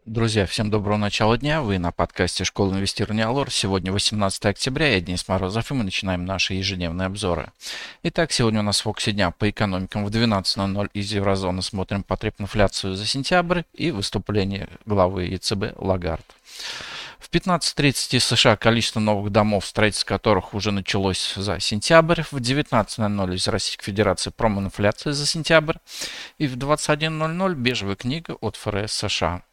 Друзья, всем доброго начала дня. Вы на подкасте «Школа инвестирования Алор». Сегодня 18 октября, я Денис Морозов, и мы начинаем наши ежедневные обзоры. Итак, сегодня у нас в фокусе дня по экономикам в 12:00 из еврозоны смотрим потребинфляцию за сентябрь и выступление главы ЕЦБ Лагард. В 15:30 из США количество новых домов, строительство которых уже началось за сентябрь. В 19:00 из Российской Федерации проминфляция за сентябрь. И в 21:00 бежевая книга от ФРС США.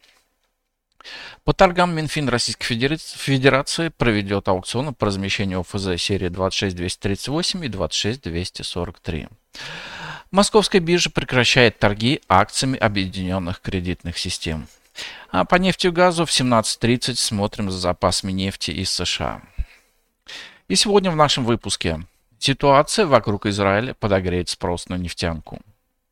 По торгам Минфин Российской Федерации проведет аукционы по размещению ОФЗ серии 26238 и 26243. Московская биржа прекращает торги акциями объединенных кредитных систем. А по нефти и газу в 17:30 смотрим за запасами нефти из США. И сегодня в нашем выпуске ситуация вокруг Израиля подогреет спрос на нефтянку.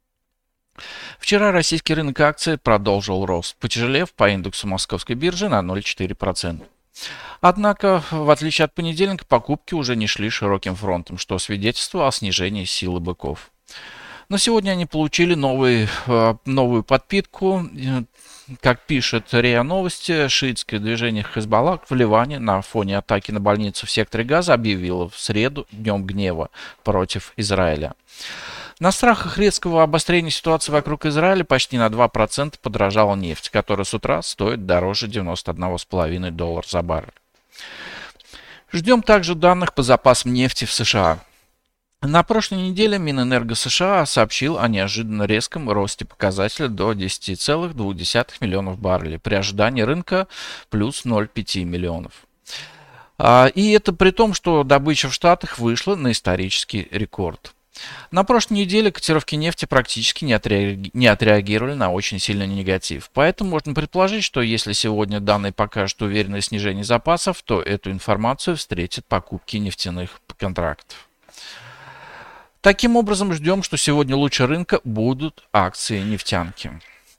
Вчера российский рынок акций продолжил рост, потяжелев по индексу московской биржи на 0,4%. Однако, в отличие от понедельника, покупки уже не шли широким фронтом, что свидетельствовало о снижении силы быков. Но сегодня они получили новую подпитку. Как пишет РИА Новости, шиитское движение Хезболла в Ливане на фоне атаки на больницу в секторе Газа объявило в среду днем гнева против Израиля. На страхах резкого обострения ситуации вокруг Израиля почти на 2% подорожала нефть, которая с утра стоит дороже $91,5 за баррель. Ждем также данных по запасам нефти в США. На прошлой неделе Минэнерго США сообщил о неожиданно резком росте показателя до 10,2 миллионов баррелей при ожидании рынка плюс 0,5 миллионов. И это при том, что добыча в Штатах вышла на исторический рекорд. На прошлой неделе котировки нефти практически не отреагировали на очень сильный негатив. Поэтому можно предположить, что если сегодня данные покажут уверенное снижение запасов, то эту информацию встретят покупки нефтяных контрактов. Таким образом, ждем, что сегодня лучше рынка будут акции нефтянки.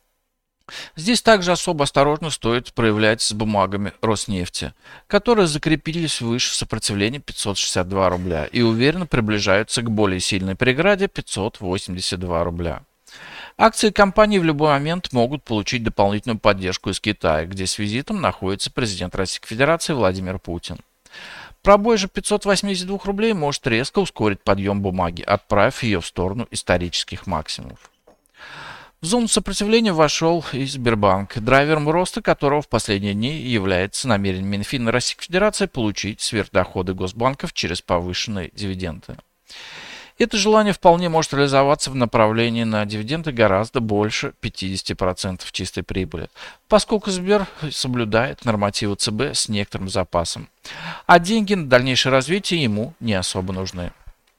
Здесь также особо осторожно стоит проявлять с бумагами Роснефти, которые закрепились выше сопротивления 562 рубля и уверенно приближаются к более сильной преграде 582 рубля. Акции компании в любой момент могут получить дополнительную поддержку из Китая, где с визитом находится президент Российской Федерации Владимир Путин. Пробой же 582 рублей может резко ускорить подъем бумаги, отправив ее в сторону исторических максимумов. В зону сопротивления вошел и Сбербанк, драйвером роста которого в последние дни является намерение Минфина Российской Федерации получить сверхдоходы госбанков через повышенные дивиденды. Это желание вполне может реализоваться в направлении на дивиденды гораздо больше 50% чистой прибыли, поскольку Сбер соблюдает нормативы ЦБ с некоторым запасом, а деньги на дальнейшее развитие ему не особо нужны.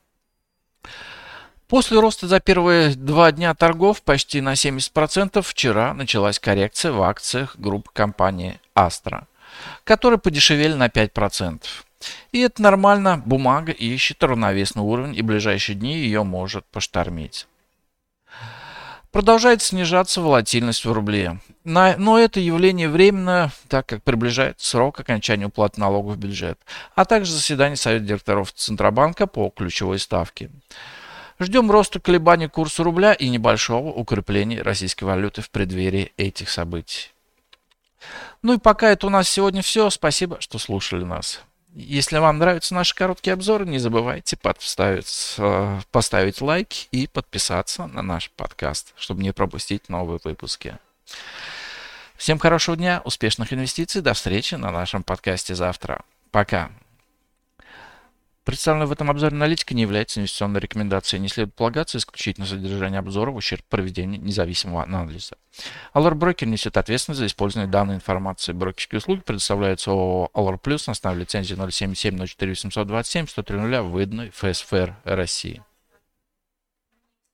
После роста за первые 2 дня торгов почти на 70% вчера началась коррекция в акциях группы компании Astra, которые подешевели на 5%. И это нормально, бумага ищет равновесный уровень, и в ближайшие дни ее может поштормить. Продолжает снижаться волатильность в рубле. Но это явление временное, так как приближается срок окончания уплаты налогов в бюджет, а также заседание Совета директоров Центробанка по ключевой ставке. Ждем роста колебаний курса рубля и небольшого укрепления российской валюты в преддверии этих событий. Ну и пока это у нас сегодня все. Спасибо, что слушали нас. Если вам нравятся наши короткие обзоры, не забывайте поставить лайк и подписаться на наш подкаст, чтобы не пропустить новые выпуски. Всем хорошего дня, успешных инвестиций. До встречи на нашем подкасте завтра. Пока. Представленная в этом обзоре аналитика не является инвестиционной рекомендацией, не следует полагаться исключительно на содержание обзора в ущерб проведению независимого анализа. Allure Broker несет ответственность за использование данной информации. Брокерские услуги предоставляются ООО Allure Plus на основе лицензии 077 04 827 130 выданной ФСФР России.